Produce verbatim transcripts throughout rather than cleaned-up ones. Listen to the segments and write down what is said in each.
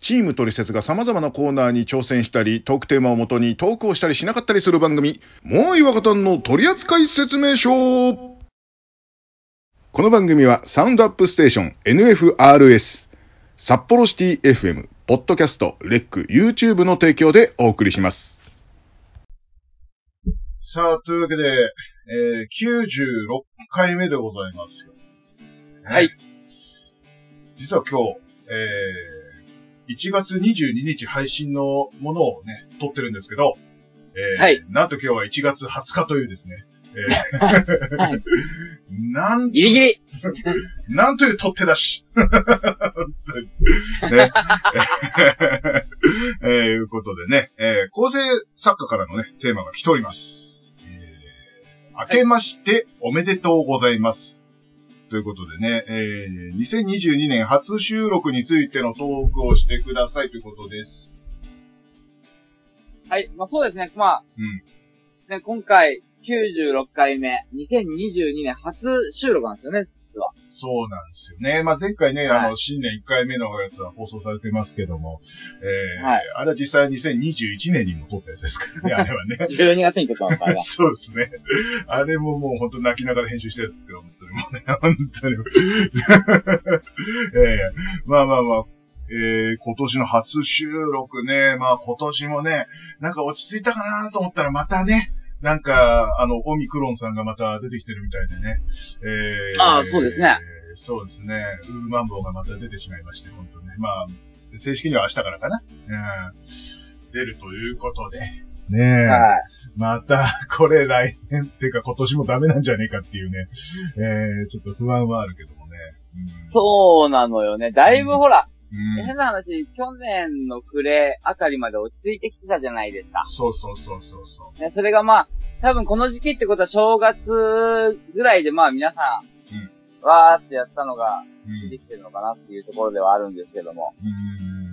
チームトリセツが様々なコーナーに挑戦したり、トークテーマをもとにトークをしたりしなかったりする番組、もう岩方の取扱説明書。この番組はサウンドアップステーション エヌエフアールエス、札幌シティ エフエム、ポッドキャスト、レック、YouTube の提供でお送りします。 さあ、というわけで、えー、きゅうじゅうろっかいめでございますよ。 はい。 実は今日、えー、いちがつにじゅうににち配信のものをね、撮ってるんですけど、えー、はい。なんと今日はいちがつはつかというですね、えーはい、なんギリギリなんという取っ手出しね。えー、いうことでね、えー、構成作家からのね、テーマが来ております。えー、明けましておめでとうございます。ということでね、えー、にせんにじゅうにねん初収録についてのトークをしてくださいということです。 はい、まあそうですね、まあ、うん、ね、今回きゅうじゅうろっかいめ、にせんにじゅうにねん初収録なんですよね、実は。 そうなんですよね。まあ前回ね、はい、あの、新年いっかいめのやつは放送されてますけども、えー、はい、あれは実際にせんにじゅういちねんにも撮ったやつですからね、あれはね。 じゅうにがつに撮ったのかな。 そうですね。あれももう本当泣きながら編集したやつですけど、本当にもうね、本当に。えー、まあまあまあ、えー、今年の初収録ね、まあ今年もね、なんか落ち着いたかなと思ったらまたね、なんか、あの、オミクロンさんがまた出てきてるみたいでね。 えー、ああ、そうですね。 そうですね。ウーマンボウがまた出てしまいまして、本当ね。まあ、正式には明日からかな。うん、出るということで。ねえ。はい。また、これ来年っていうか今年もダメなんじゃねえかっていうね。えー、ちょっと不安はあるけどもね。 うん、そうなのよね。だいぶほら、うん、変な話、去年の暮れあたりまで落ち着いてきてたじゃないですか。 そうそうそうそうそう。 ね、それがまあ、多分この時期ってことは正月ぐらいでまあ皆さん、うん、わーってやったのができてるのかなっていうところではあるんですけども。うん、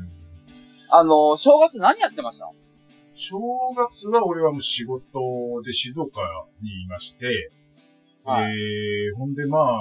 あの、正月何やってました？ 正月は俺はもう仕事で静岡にいまして、はい、えー、ほんでまあ、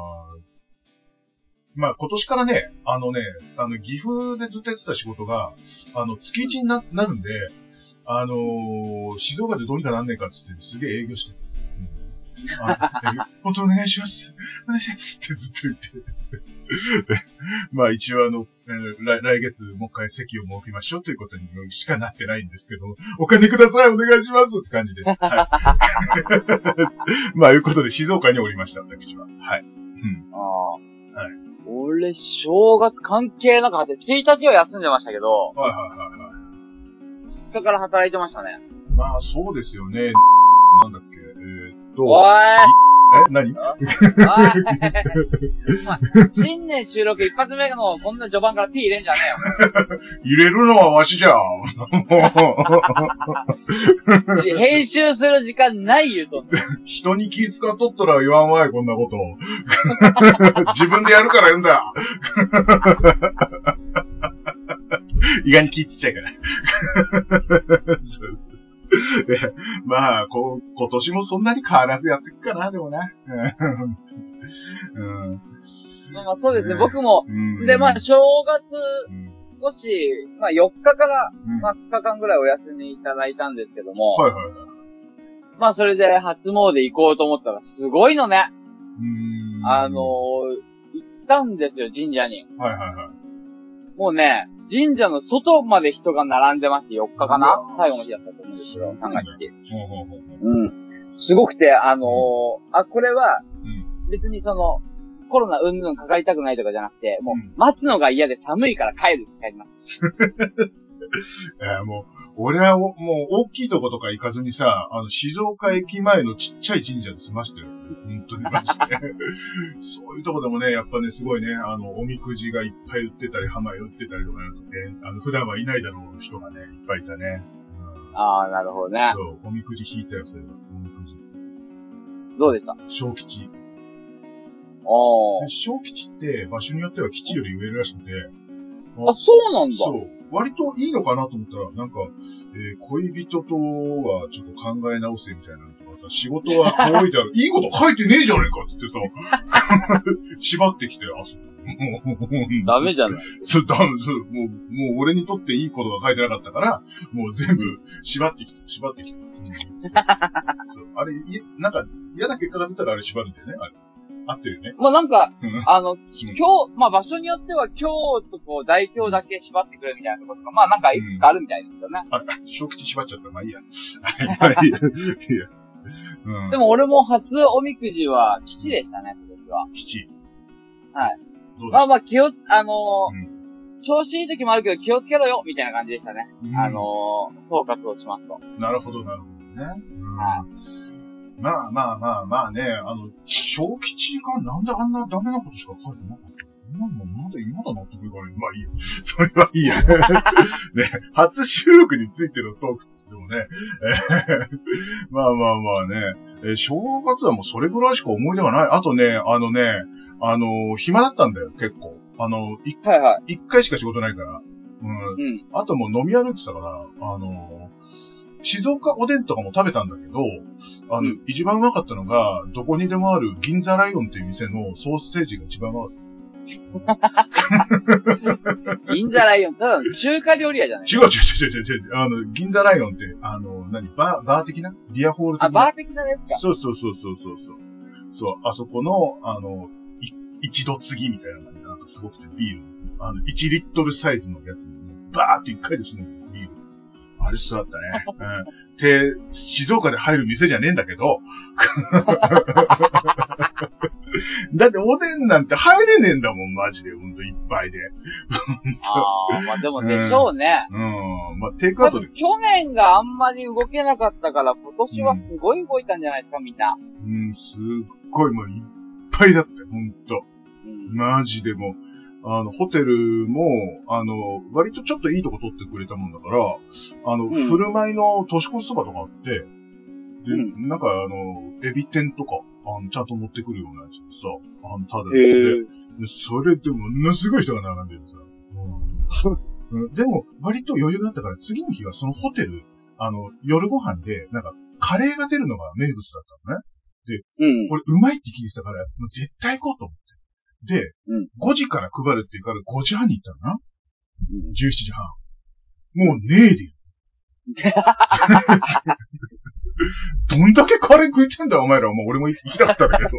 まあ今年からね、あのね、あの岐阜でずっとやってた仕事が、あの月いちに な, なるんで、あのー、静岡でどうにかなんねえかっつってすげえ営業してた。うん、あ本当お願いします。お願いしますってずっと言って。まあ一応あの、えー、来, 来月もう一回席を設けましょうということにしかなってないんですけど、お金くださいお願いしますって感じです。はい、まあいうことで静岡におりました、私は。はい。うん、 ああ。はい。俺、正月関係なかった。ついたちは休んでましたけど、はいはいはいはい。ふつかから働いてましたね。 まあそうですよね。なんだっけ、えー、っと。 おーいえ何おい新年収録一発目のこんな序盤から P 入れんじゃねえよ。 入れるのはわしじゃん。 編集する時間ないよと。 人に気遣っとったら言わんわい、こんなこと。自分でやるから言うんだよ。意外に気ちっちゃいから。まあこ、今年もそんなに変わらずやっていくかな、でもな。 うん、まあそうですね、ね僕も。うん、で、まあ正月、少し、まあよっかから、うん、まあふつかかんぐらいお休みいただいたんですけども。はいはいはい。まあそれで初詣行こうと思ったらすごいのね。うんあのー、行ったんですよ、神社に。はいはいはい。もうね、神社の外まで人が並んでまして、よっかかな最後の日だったと思うんですけど、さんがつって。うん。すごくて、あのー、あ、これは、別にその、コロナうんぬんかかりたくないとかじゃなくて、もう、待つのが嫌で寒いから帰るって帰ります。 いや、もう、俺はもう大きいとことか行かずにさ、あの、静岡駅前のちっちゃい神社で済ましてる。本当にマジで。そういうとこでもね、やっぱね、すごいね、あの、おみくじがいっぱい売ってたり、浜売ってたりとかなんかね、あの、普段はいないだろう人がね、いっぱいいたね。 うん、ああ、なるほどね。 そう、おみくじ引いたよ、それは。おみくじ。 どうでした？ 小吉。 ああ。 小吉って場所によっては吉より植えるらしくて。 あ、そうなんだ。 そう。割といいのかなと思ったら、なんか、えー、恋人とはちょっと考え直せみたいなのとかさ、仕事は遠いである。いいこと書いてねえじゃねえかって言ってさ、縛ってきて、あ、そう。 ダメじゃない。 そう、ダメ、そう、もう、もう俺にとっていいことが書いてなかったから、もう全部縛ってきた、縛ってきた。うん、そうあれ、なんか嫌な結果が出たらあれ縛るんだよね、あれ。合ってるよね。 まあなんか、あの、今日、まあ場所によっては今日とこう大今日だけ縛ってくれるみたいなところとか、まあなんかいくつかあるみたいですよね。 うん、あ、小吉縛っちゃった。まあいいや。まあいいや。いや。 うん、でも俺も初おみくじは吉でしたね、今年は。 吉。 はい。まあまあ気を、あのー、うん、調子いい時もあるけど気をつけろよみたいな感じでしたね。うん、あのー、総括をしますと。 なるほど、なるほどね。うん、 はい。 まあまあまあまあね、あの、小吉がなんであんなダメなことしか書いてなかったの？今もまだ、まだ納得いかない。まあいいよ。それはいいや。ね、初収録についてのトークって言ってもね、えー、まあまあまあね、えー、正月はもうそれぐらいしか思い出がない。あとね、あのね、あのー、暇だったんだよ、結構。あの、一回、はいはい、一回しか仕事ないから。うん。うん、あともう飲み歩いてたから、あのー、静岡おでんとかも食べたんだけど、あの、うん、一番うまかったのが、どこにでもある銀座ライオンっていう店のソーセージが一番うまかった。 銀座ライオン、ただの中華料理屋じゃない？ 違う違う違う違う違う。あの、銀座ライオンって、あの、何バー、バー的なビアホール的な。 あ、バー的なやつか。 そうそうそうそうそうそう。そう、あそこの、あの、い一度継ぎみたいなのが、なんかすごくてビール。あの、いちリットルサイズのやつに、バーって一回ですね、ビール。あれそうだったね。うん。で、静岡で入る店じゃねえんだけど。だっておでんなんて入れねえんだもん、マジで。ほんといっぱいで。 ああ、まあでもでしょうね。 うん。うん、まあテイクアウトで。 去年があんまり動けなかったから、今年はすごい動いたんじゃないですか、みんな。 うん、すっごい、もういっぱいだって、ほんと。うん、マジでもう。あの、ホテルも、あの、割とちょっといいとこ取ってくれたもんだから、あの、うん、振る舞いの年越しそばとかあって、で、うん、なんかあの、エビ天とか、あの、ちゃんと持ってくるようなやつでさ、あの、ただで、で、それでものすごい人が並んでるさ。うん、でも、割と余裕があったから、次の日はそのホテル、あの、夜ご飯で、なんか、カレーが出るのが名物だったのね。で、うん、これうまいって聞いてたから、もう絶対行こうと思って。で、うん、ごじから配るって言うからごじはんに行ったのな。うん、じゅうしちじはん。もうねえでよ。どんだけカレー食いてんだよ、お前ら。もう俺も行きたかったんだけど。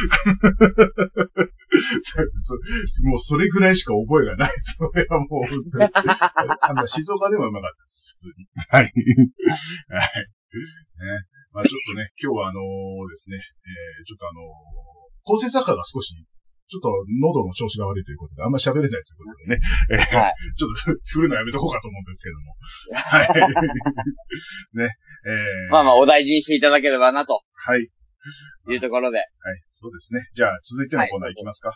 もうそれぐらいしか覚えがない。それはもう本当に。あの静岡でもうまかったです、普通に。はい。はい。ね。まあちょっとね、今日はあのー、ですね、えー、ちょっとあのー、構成作家が少し、ちょっと喉の調子が悪いということで、あんま喋れないということでね。えーはい、ちょっと振るのやめとこうかと思うんですけども。はい。ね。えー、 まあまあ、お大事にしていただければなと。 はい。 いうところで。 はい。そうですね。じゃあ、続いてのコーナーいきますか。はい。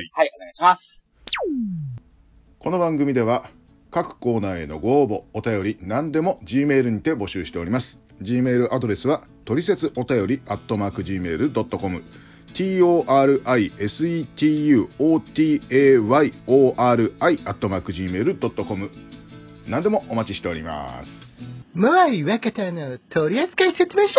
はい、お願いします。 この番組では、各コーナーへのご応募、お便り、何でも Gmail にて募集しております。Gmail アドレスは、トリセツお便り、アットマーク ジーメールドットコム。トリセツおたより アットマーク ジーメールドットコム 何でもお待ちしております。 もういわかたの取扱説明書。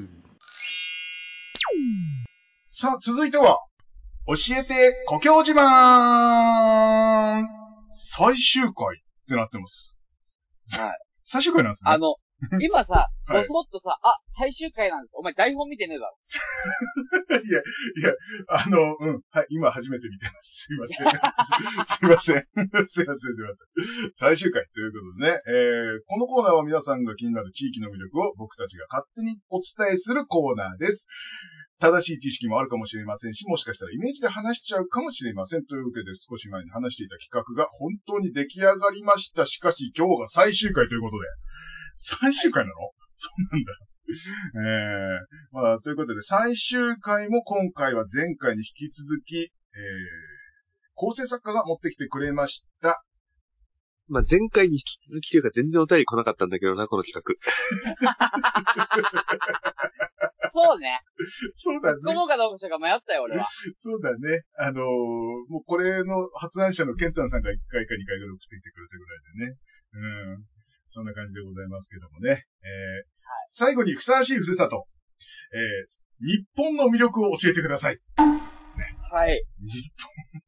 さあ、続いては、教えて故郷自慢最終回ってなってます。 はい。 最終回なんですね。 あの、今さ、ボソッとさ、あ、最終回なんです。お前台本見てねえだろ。 いや、いや、あの、うん、はい、今初めて見てます。すいません。すいません。すいません、すいません。最終回ということでね、えー、このコーナーは皆さんが気になる地域の魅力を僕たちが勝手にお伝えするコーナーです。正しい知識もあるかもしれませんし、もしかしたらイメージで話しちゃうかもしれません。というわけで少し前に話していた企画が本当に出来上がりました。しかし今日が最終回ということで。最終回なの？そうなんだ。えー、まあ、ということで、最終回も今回は前回に引き続き、えー、構成作家が持ってきてくれました。 まあ、前回に引き続きというか全然お便り来なかったんだけどな、この企画。 そうね。 そうだね。 突っ込もうかどうかしか迷ったよ、俺は。 そうだね。あのー、もうこれの発案者のケンタンさんがいっかいかにかいぐらい送ってきてくれたぐらいでね。うん。そんな感じでございますけどもね。えーはい、最後にふさわしいふるさと。えー、日本の魅力を教えてください。ね、 はい。 日本。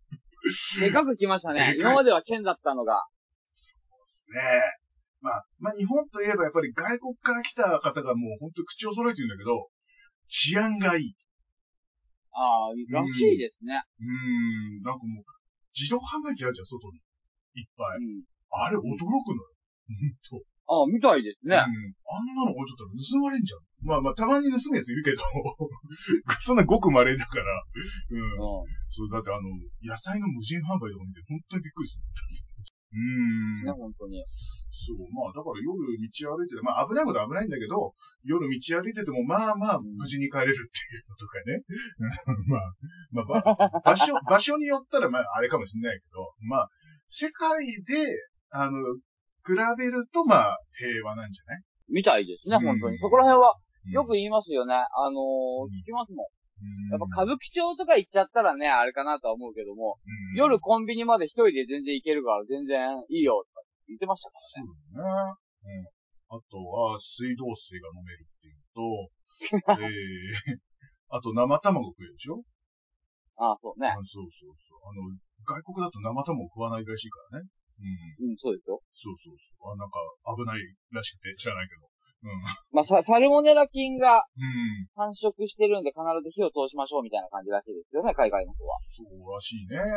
でかく来ましたね。今までは県だったのが。 ねえ。まあ、まあ日本といえばやっぱり外国から来た方がもう本当に口を揃えてるんだけど、治安がいい。 ああ、らしいですね。 うーん、なんかもう、自動販売機あるじゃん、外に。いっぱい。うん、あれ驚くのよ。ほんと。 ああ、みたいですね。 うん。あんなの置いとったら盗まれんじゃん。まあまあ、たまに盗むやついるけど、そんなごく稀だから。うん。うん、そう、だってあの、野菜の無人販売とか見て本当にびっくりする。うーん。 ね、本当に。 そう、まあ、だから夜道歩いてて、まあ危ないことは危ないんだけど、夜道歩いてても、まあまあ無事に帰れるっていうのとかね。まあ、まあ、場所、場所によったら、まあ、あれかもしれないけど、まあ、世界で、あの、比べると、まあ、平和なんじゃないみたいですね、本当に。そこら辺は、よく言いますよね。あのー、聞きますもん。やっぱ歌舞伎町とか行っちゃったらね、あれかなとは思うけども、夜コンビニまで一人で全然行けるから全然いいよとか言ってましたからね。 そうだね。うん。あとは、水道水が飲めるっていうと、えー、あと生卵食えるでしょ？ ああ、そうね。 あ、そうそうそう。あの、外国だと生卵食わないらしいからね。 うん。うん、そうですよ。 そうそうそう。あ、なんか危ないらしくて知らないけど。うん。 まあ、サルモネラ菌が繁殖してるんで必ず火を通しましょうみたいな感じらしいですよね、海外の方は。 そうらしいね。うん。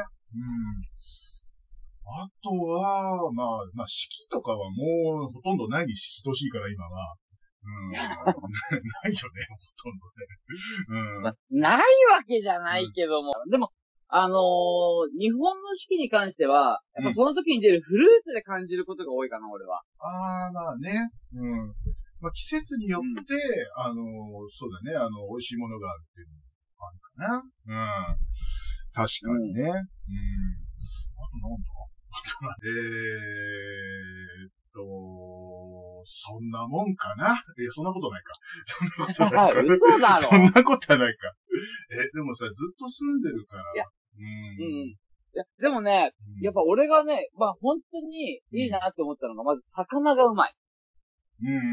あとは、まあ、まあ、四季とかはもうほとんどないに等しいから今は。うん。ないよね、ほとんどね。うん。 まあ、ないわけじゃないけども。うん、でも、あのー、日本の四季に関しては、やっぱその時に出るフルーツで感じることが多いかな、俺は。 ああ、まあね。うん。まあ、季節によって、うん、あのー、そうだね、あの、美味しいものがあるっていうのがあるかな。うん。確かにね。うん。うん、あとなんだえーっと、そんなもんかな。いや、そんなことないか。 そんなことないか。嘘だろ。 そんなことはないか。え、でもさ、ずっと住んでるから。 いや、うん。うん。いや、でもね、うん、やっぱ俺がね、まあ本当にいいなって思ったのが、まず魚がうまい。 うん、うん、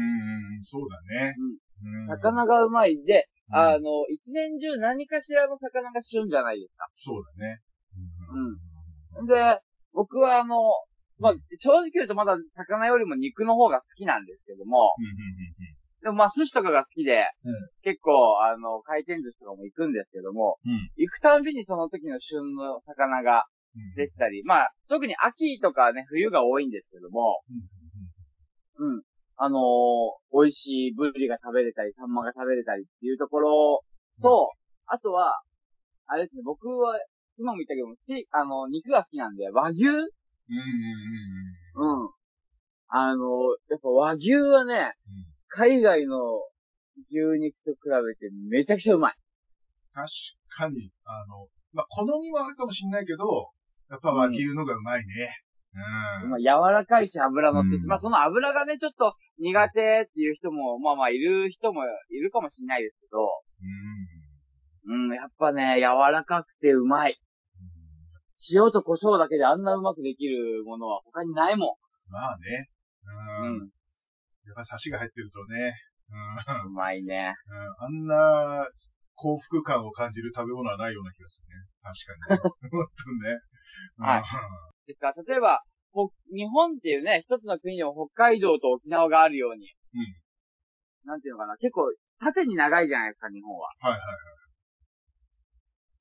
そうだね。 うん。魚がうまいで、うん、あの、一年中何かしらの魚が旬じゃないですか。 そうだね。 うん。で、僕はあの、まあ、正直言うとまだ魚よりも肉の方が好きなんですけども、でもまあ寿司とかが好きで、うん、結構あの、回転寿司とかも行くんですけども、うん、行くたんびにその時の旬の魚ができたり、うん、まあ、特に秋とかね、冬が多いんですけども、うん。あのー、美味しいブリが食べれたり、サンマが食べれたりっていうところと、あとは、あれですね、僕は、今も言ったけども、あの、肉が好きなんで、和牛うんうんうん。うん。あの、やっぱ和牛はね、うん、海外の牛肉と比べてめちゃくちゃうまい。 確かに、あの、まあ、好みはあるかもしれないけど、やっぱ和牛のがうまいね。 うん。まあ、柔らかいし脂乗ってて、うん、まあ、その脂がね、ちょっと苦手っていう人も、まあまあ、いる人もいるかもしれないですけど、うん。うん、やっぱね、柔らかくてうまい。塩と胡椒だけであんなうまくできるものは他にないもん。まあね。うん。うん、やっぱサシが入ってるとね。 うん。うまいね。 うん。あんな幸福感を感じる食べ物はないような気がするね。確かに。本当ね。 はい。ですから、例えば、日本っていうね、一つの国でも北海道と沖縄があるように。うん。なんていうのかな。結構、縦に長いじゃないですか、日本は。 はいはいはい。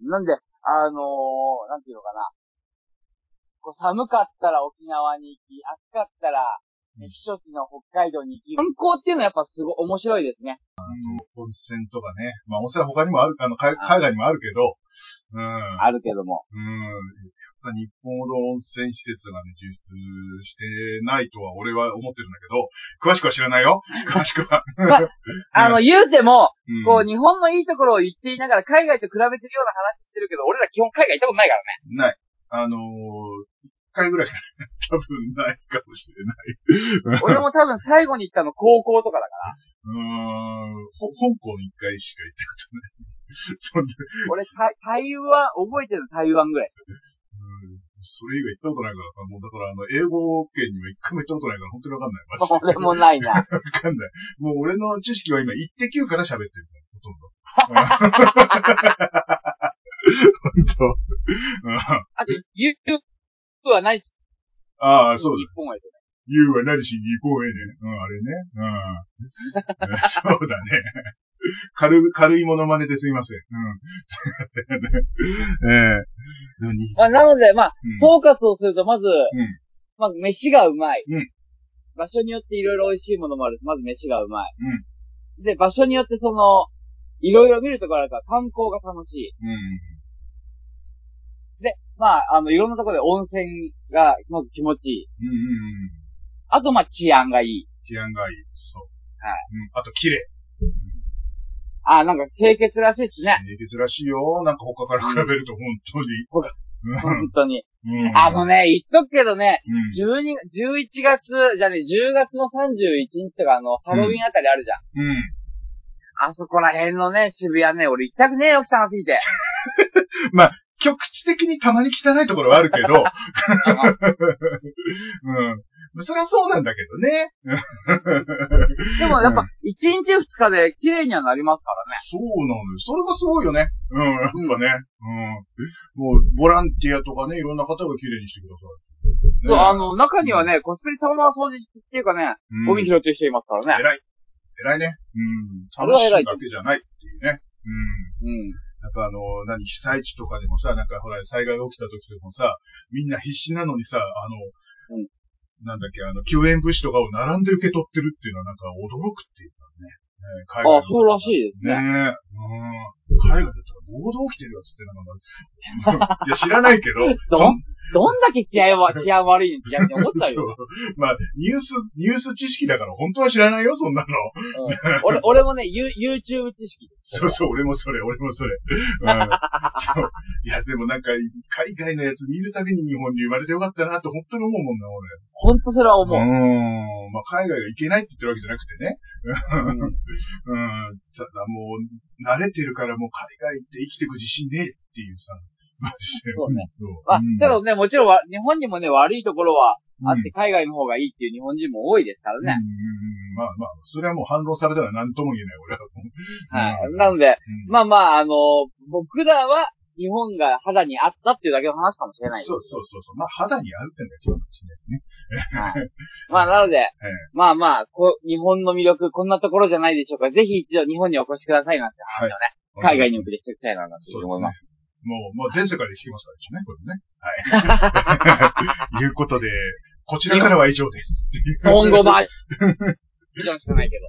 なんで、あのー、なんていうのかな。こう寒かったら沖縄に行き、暑かったら、避暑地の北海道に行き、観光っていうのはやっぱすごい面白いですね。 あの、温泉とかね。まあ温泉は他にもある、あの、海外にもあるけど、うん。 あるけども。 うん。日本ほど温泉施設がね、充実してないとは俺は思ってるんだけど、詳しくは知らないよ。詳しくは。 まあ、あの、言うても、うん、こう、日本のいいところを言っていながら海外と比べてるような話してるけど、俺ら基本海外行ったことないからね。ない。あのー、一回ぐらいしか多分ないかもしれない。 俺も多分最後に行ったの高校とかだから。 うーん、香港一回しか行ったことない。 俺、台湾、覚えてるの台湾ぐらい。 うん、それ以外行ったことないからさ、もうだからあの、英語圏には一回も行ったことないから本当にわかんない。マジで。 俺もないな。 わかんない。もう俺の知識は今、イッテ Q から喋ってるから、ほとんど。 当。うん、 あと、ユーはないし。 ああ、そうだ。 日本はね。 ユーは何しに日本へね。うん、あれね。うん。そうだね。軽、軽いモノマネですいません。うん。すいませんね。ええー。 まあ、なので、まあ、総括をすると、まず、うん、まあ、飯がうまい。 うん。 場所によっていろいろ美味しいものもある。まず飯がうまい。 うん。 で、場所によってその、いろいろ見るところあるから観光が楽しい。 うん。 で、まあ、あの、いろんなところで温泉が、まず気持ちいい。 うんうんうん。 あと、まあ、治安がいい。 治安がいい。そう。 はい。 うん。あと、綺麗。うん、 あ、なんか、清潔らしいっすね。 清潔らしいよ。なんか他から比べると、本当に。 うん、本当に。 うん、 あのね、言っとくけどね、 うん、 じゅうに、じゅういちがつ、じゃね、じゅうがつのさんじゅういちにちとか、あの、ハロウィンあたりあるじゃん。 うん。 あそこら辺のね、渋谷ね、俺行きたくねえよ、汚すぎて。 まあ、局地的にたまに汚いところはあるけど。うん。それはそうなんだけどね。 でもやっぱ、いちにちふつかで綺麗にはなりますからね。 そうなのよ。それがすごいよね。うん、やっぱね。うん。もう、ボランティアとかね、いろんな方が綺麗にしてください。 そう、あの、中にはね、コスプレそのまま掃除っていうかね、ゴミ拾ってる人いますからね。 偉い。偉いね。うん。楽しいだけじゃないっていうね。うん。うん。なんかあの、何、被災地とかでもさ、なんかほら、災害が起きた時でもさ、みんな必死なのにさ、あの、うん、なんだっけ、あの、救援物資とかを並んで受け取ってるっていうのはなんか驚くっていうかね。ね、海外あ、そうらしいですね。 ねえ。うん。海外だったら暴動起きてるよっつってなんか、いや、知らないけど。 どん、どんだけ治安は、治安悪いって逆に思っちゃうよ。 まあ、ニュース、ニュース知識だから本当は知らないよ、そんなの。 うん、俺、俺もね、ユーチューブ 知識。 そうそう、俺もそれ、俺もそれ。うん、そういや、でもなんか、海外のやつ見るたびに日本に生まれてよかったなって本当に思うもんな、俺。 本当それは思う。 うん。まあ、海外が行けないって言ってるわけじゃなくてね。うん。うん。ただもう、慣れてるからもう海外行って生きていく自信ねえっていうさ。マジで。 そうね。まあ、けどね、もちろんは、日本にもね、悪いところはあって、海外の方がいいっていう日本人も多いですからね。 うん。まあまあ、それはもう反論されたら何とも言えない、俺は。 はい。なので、うん、まあまあ、あの、僕らは、日本が肌に合ったっていうだけの話かもしれないです。 そうそうそうそう。まあ、肌に合うってのが一番かもしれないですね。 はい。まあ、なので、ええ、まあまあこ、日本の魅力、こんなところじゃないでしょうか。ぜひ一度日本にお越しくださいなんて話をね、はい、海外に向けてしていきたいなと思います。 もう、もう全世界で聞きますからね、これね。はい。いうことで、こちらからは以上です。 日本語バージョンしかないけど。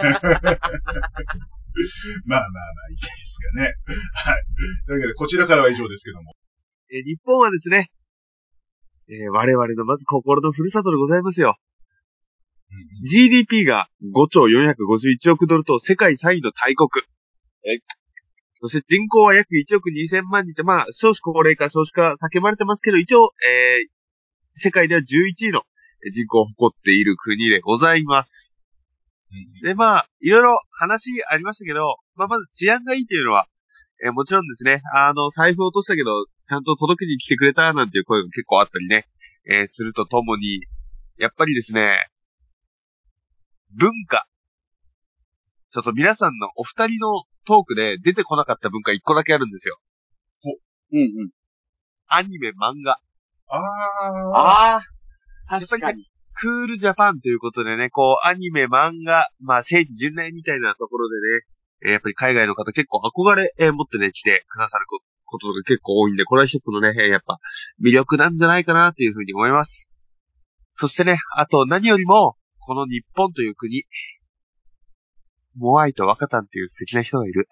まあまあまあ、いいじゃないですかね。はい。というわけで、こちらからは以上ですけども。 えー、日本はですね、えー、我々のまず心のふるさとでございますよ。うん、ジーディーピー がごちょうよんひゃくごじゅういちおくドルと世界さんいの大国。えそして人口は約いちおくにせんまんにんと、まあ、少子高齢化、少子化叫ばれてますけど、一応、えー、世界ではじゅういちいの人口を誇っている国でございます。うん、で、まあ、いろいろ話ありましたけど、まあ、まず治安がいいというのは、えー、もちろんですね、あの、財布落としたけど、ちゃんと届けに来てくれたなんていう声が結構あったりね、えー、するとともに、やっぱりですね、文化。ちょっと皆さんのお二人のトークで出てこなかった文化一個だけあるんですよ。 ほ。うんうん。 アニメ、漫画。 あー。 あー。確かに。 クールジャパンということでね、こう、アニメ、漫画、まあ、聖地巡礼みたいなところでね、えー、やっぱり海外の方結構憧れ、えー、持ってね、来てくださることが結構多いんで、これは一つのね、えー、やっぱ魅力なんじゃないかなというふうに思います。そしてね、あと何よりも、この日本という国、モアイとワカタンっていう素敵な人がいる。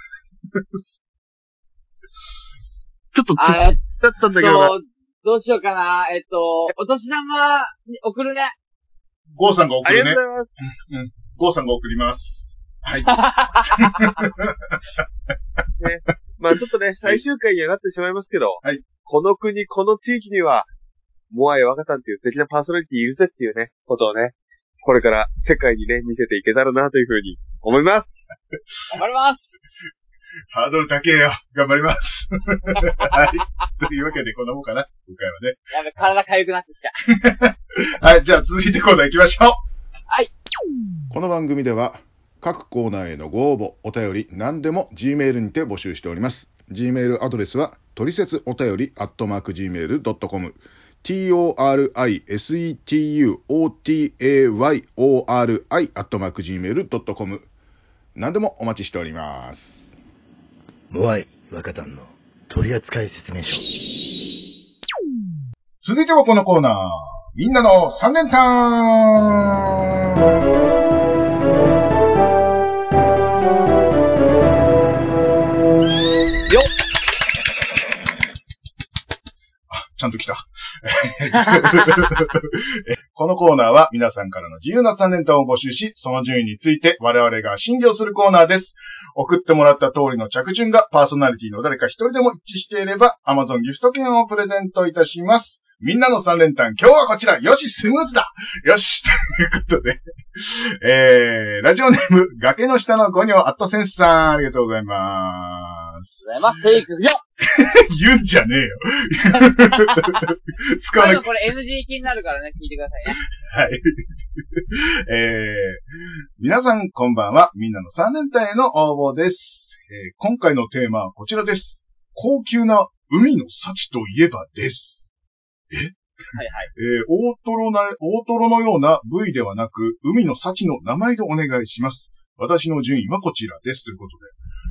ちょっと、 あだったんだけどな。 どうしようかな。えっと、お年玉送るね。 ゴーさんが送るね。 ありがとうございます。 うん。ゴーさんが送ります。はい。ね、 まあちょっとね、最終回にはなってしまいますけど、 はい。 この国、この地域には、モアイワカタンっていう素敵なパーソナリティいるぜっていうね、ことをね、これから世界にね、見せていけたらなというふうに思います。 頑張ります。 ハードル高えよ。頑張ります。はい。というわけで、こんなもんかな。今回はね。 やべ、体痒くなってきた。はい、じゃあ続いてコーナー行きましょう。 はい。 この番組では、各コーナーへのご応募、お便り、何でも Gmail にて募集しております。 Gmail アドレスは、トリセツお便りアットマーク ジーメールドットコム、トリセツおたよりアットマーク ジーメールドットコム。何でもお待ちしております。 モアイ若旦の取扱説明書。 続いてはこのコーナー。みんなの三連単。 よっちゃんと来た。このコーナーは皆さんからの自由なさん連単を募集し、その順位について我々が審議をするコーナーです。送ってもらった通りの着順がパーソナリティの誰か一人でも一致していれば Amazon ギフト券をプレゼントいたします。みんなのさん連単、今日はこちら。よし、スムーズだ。よし、ということで。えー、ラジオネーム、崖の下のゴニョアットセンスさん、ありがとうございます。 ございます。テイクよ言うんじゃねえよ。使わなきゃ。 これ エヌジー 気になるからね、聞いてくださいね。 はい。えー、皆さんこんばんは。みんなのさん連単への応募です。えー、今回のテーマはこちらです。高級な海の幸といえばです。えはいはい。えー、大トロな、大トロのような部位ではなく、海の幸の名前でお願いします。私の順位はこちらです。ということで。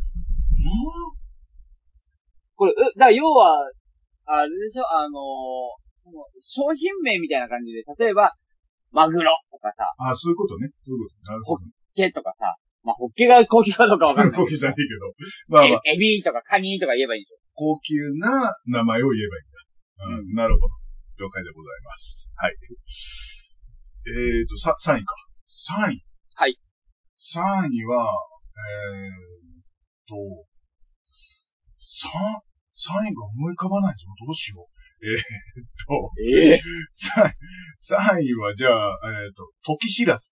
これ、う、だから要は、あれでしょ、あのー、商品名みたいな感じで、例えば、マグロとかさ。 あ、そういうことね。そういうこと。なるほど。 ホッケとかさ。まあ、ホッケが高級かどうかわかんない。 高級じゃないけど。まあまあ。 エビとかカニとか言えばいいんでしょ。 高級な名前を言えばいいんだ。うん、うん、なるほど。了解でございます。はい。えーと、さ、さんいか。さんい。 はい。 さんいは、えーと、さん、さんいが思い浮かばないぞ。どうしよう。えーと、 ええー、さんいはじゃあ、えーと、時知らず。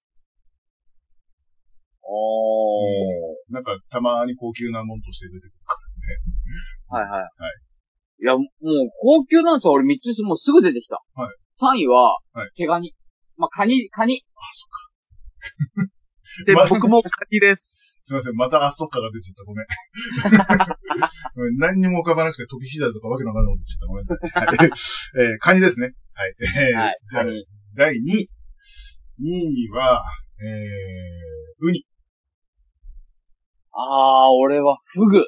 おー。 なんか、たまに高級なもんとして出てくるからね。 はいはい。 はい。 いや、もう、高級なんですよ。俺みっつもうすぐ出てきた。 はい。 さんいは、 はい。 毛ガニ。まあ、カニ、カニ。 あ、そっか。 で、ま、僕もカニです。 すいません。また、あ、そっかが出ちゃった。ごめん。何にも浮かばなくて、時知らずとかわけのわかんないこと言っちゃった。ごめんなさい。はい。えー、カニですね。はい。えー、 はい。 じゃあ、だいにい。にいは、えー、ウニ。 あー、俺はフグ。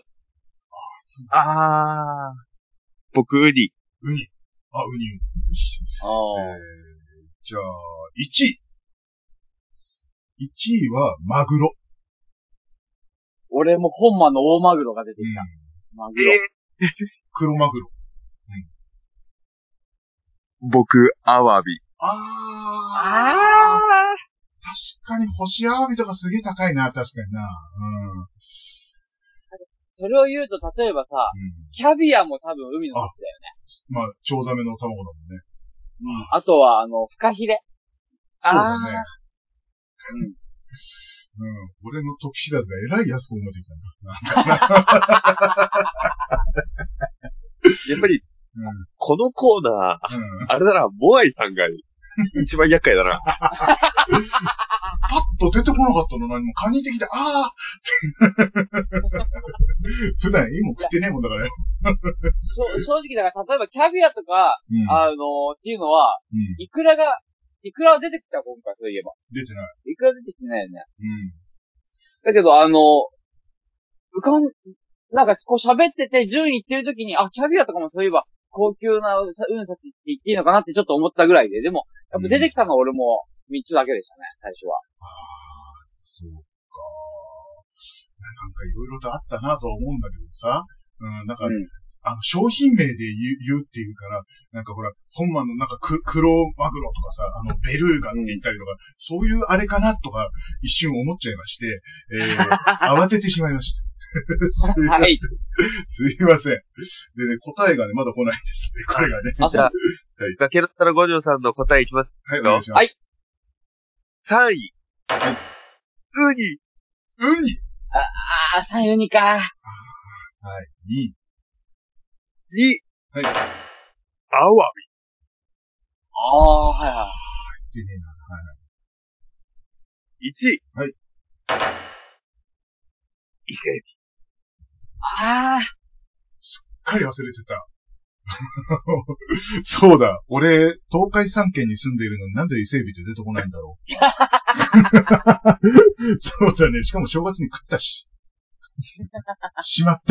あー。僕、ウニ。 ウニ。あ、ウニ。 あー。 えー、じゃあ、いちい。いちいは、マグロ。 俺も本間の大マグロが出てきた。うん、マグロ。 えー、 黒マグロ。 うん、僕、アワビ。 あー。 あー。 確かに、干しアワビとかすげえ高いな、確かにな。うん。 それを言うと、例えばさ、うん、キャビアも多分海の幸だよね。 まあ、チョウザメの卵だもんね。 うん。あとは、あの、フカヒレ。 そうだね。うん。うん。俺の時知らずがえらい安く思えてきたな。 やっぱり、うん、このコーナー、うん、あれだな、モアイさんが一番厄介だな。 パッと出てこなかったの何もカニ的で、あー普段いいもん食ってねえもんだからよ。 正直だから、例えばキャビアとか、うん、あのー、っていうのは、うん、イクラが、イクラは出てきた今回そういえば。 出てない。 イクラ出てきてないよね。 うん。 だけど、あの、浮かん、なんかこう喋ってて順位いってる時に、あ、キャビアとかもそういえば、高級な運先って言っていいのかなってちょっと思ったぐらいで、でも、やっぱ出てきたのは俺もみっつだけでしたね、最初は。 ああ、そうか。なんかいろいろとあったなとは思うんだけどさ、うん、なんか、うん、あの、商品名で言う、言うっていうから、なんかほら、本間のなんかく黒マグロとかさ、あの、ベルーガって言ったりとか、うん、そういうあれかなとか、一瞬思っちゃいまして、えー、慌ててしまいました。 はい。 すいません。でね、答えがね、まだ来ないですね。これがね。 じゃあ、崖の下の五条さんの答えいきます。 はい、お願いします。 はい。 さんい。はい。ウニ。 ウニ。 あ、あ、さんいウニか。はい。 に。 に。 はい。 アワビ。 ああ、はいはい。 入ってねえな。はいはい。 いちい。 はい。 伊勢エビ。 ああ。 かり忘れてた。そうだ。俺、東海三県に住んでいるのになんで伊勢海老って出てこないんだろう。そうだね。しかも正月に食ったし。しまった。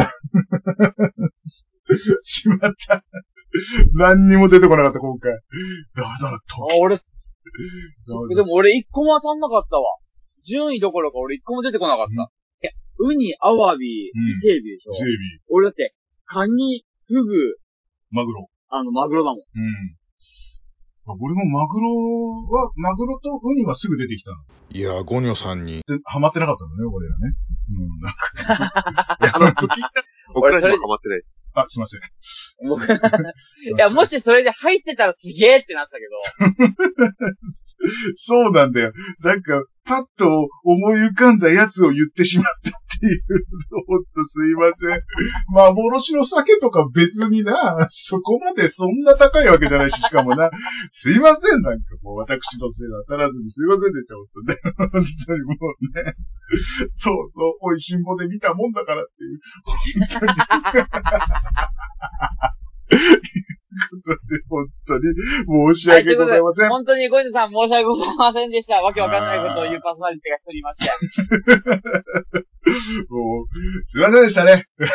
しまった。何にも出てこなかった、今回。だだら、 あ、俺、でも俺一個も当たんなかったわ。順位どころか俺一個も出てこなかった。いや、ウニ、アワビ、伊勢海老でしょ。伊勢海老。俺だって、カニ、フグ、 マグロ。 あの、マグロだもん。うん。 俺もマグロは、マグロとウニはすぐ出てきたの。 いやー、ゴニョさんに。 ハマってなかったのね、俺らね。うん、なんか。 あの、時僕らにもハマってないです。 あ、すいません。 僕、いや、もしそれで入ってたらすげーってなったけど。 そうなんだよ。なんか、パッと思い浮かんだやつを言ってしまったっていう。ほんとすいません。幻の酒とか別にな、そこまでそんな高いわけじゃないし、しかもな、すいません、なんかもう私のせいだ当たらずにすいませんでした、ほんとね。本当にもうね。そうそう、おいしんぼで見たもんだからっていう。本当に。本当に申し訳ございません。 はい、本当にゴイズさん申し訳ございませんでした。わけわかんないことを言うパーソナリティが一人いまして。 もう、すいませんでしたね。えー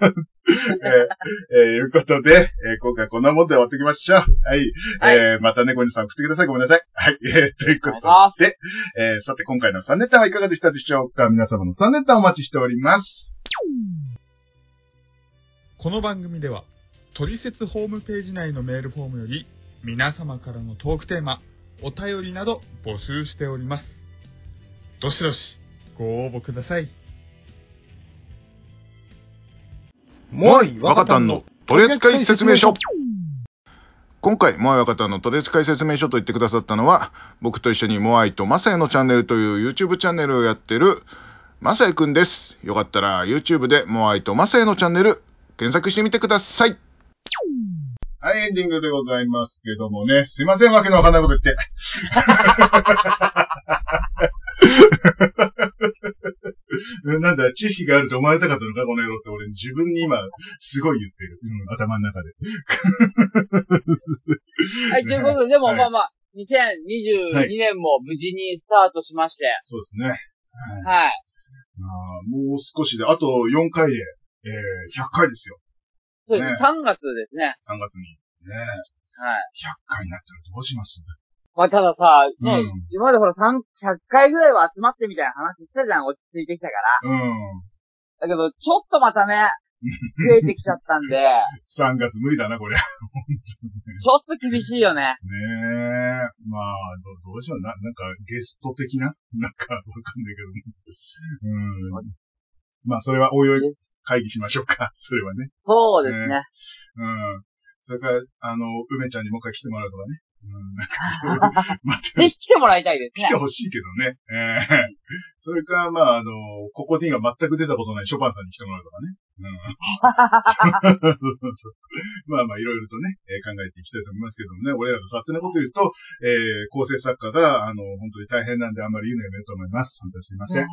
えー、いうことで、えー、今回こんなもんで終わっておきましょう。はい。はい、えー、またね、ゴイズさん送ってください。ごめんなさい。はい。えー、ということで、えー、さて今回のさんネタはいかがでしたでしょうか。皆様のさんネタお待ちしております。 この番組では、トリセツホームページ内のメールフォームより皆様からのトークテーマ、お便りなど募集しております。どしどしご応募ください。 モアイ若旦の取扱説明書。今回モアイ若旦の取扱説明書と言ってくださったのは、僕と一緒にモアイとマサヤのチャンネルという YouTube チャンネルをやってるマサヤくんです。よかったら YouTube でモアイとマサヤのチャンネル検索してみてください。 はい、エンディングでございますけどもね。すいません、わけのわかんないこと言って。なんだ、知識があると思われたかったのか、この野郎って俺自分に今、すごい言ってる。うん、頭の中で。 はい、ということで、でも、はい、まあまあ、にせんにじゅうにねんも無事にスタートしまして。 そうですね。 はい。はい、 まあ、もう少しで、あとよんかいで、えー、ひゃっかいですよ。 そうですね。さんがつですね。 さんがつに。ねはい。ひゃっかいになったらどうします？ まあ、たださ、ね、うん、今までほら、ひゃっかいぐらいは集まってみたいな話したじゃん、落ち着いてきたから。うん。だけど、ちょっとまたね、増えてきちゃったんで。 さんがつ無理だな、これ。ちょっと厳しいよね。 ねえ。まあ、ど, どうしような。なんか、ゲスト的ななんか、わかんないけど。うん。まあ、それはおいおい会議しましょうか。それはね。 そうですね。 ねうん。それから、あの、梅ちゃんにもう一回来てもらうとかね。うん、なんかぜひ来てもらいたいですね。 来てほしいけどね。えー、それか、まあ、あの、ここには全く出たことないショパンさんに来てもらうとかね。うん、まあまあ、いろいろとね、えー、考えていきたいと思いますけどもね。俺らが勝手なこと言うと、えー、構成作家が、あの、本当に大変なんであんまり言うのやめようと思います。本当にすいません。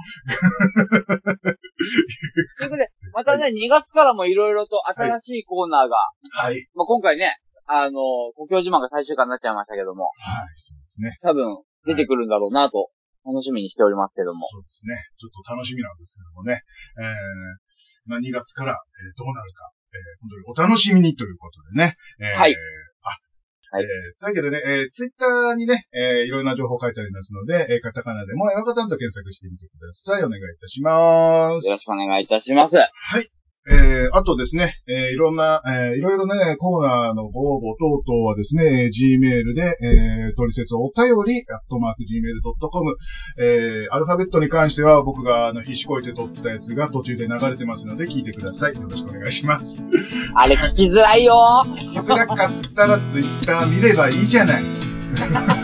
ということで、またね、はい、にがつからもいろいろと新しいコーナーが、はい。まあ、今回ね、あの、故郷自慢が最終回になっちゃいましたけども。 はい、そうですね。 多分、出てくるんだろうなと、楽しみにしておりますけども。 そうですね。ちょっと楽しみなんですけどもね。えー、まあ、にがつから、えー、どうなるか、えー、本当にお楽しみにということでね。えー、はい。あ、はい。えー、というわけでね、えー、ツイッターにね、えー、いろんな情報書いてありますので、えー、カタカナでもやわかたんと検索してみてください。お願いいたします。 よろしくお願いいたします。 はい。えー、あとですね、えー、いろんな、えー、いろいろね、コーナーのご応募等々はですね、Gmail で、えー、トリセツお便り、アットマーク ジーメールドットコム、えー、アルファベットに関しては僕が、あの、必死こいて撮ったやつが途中で流れてますので、聞いてください。よろしくお願いします。 あれ聞きづらいよー。聞きづらかったらツイッター見ればいいじゃない。よろしくお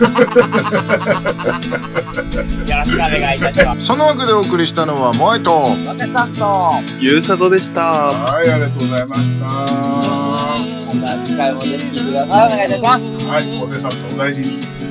願いいたします。 そのわけでお送りしたのはモアイとワケさんとゆうさとでした。 はい、ありがとうございました。 また次回もぜひ聞いてください。お願いいたします。 はい、おせさんとお大事に。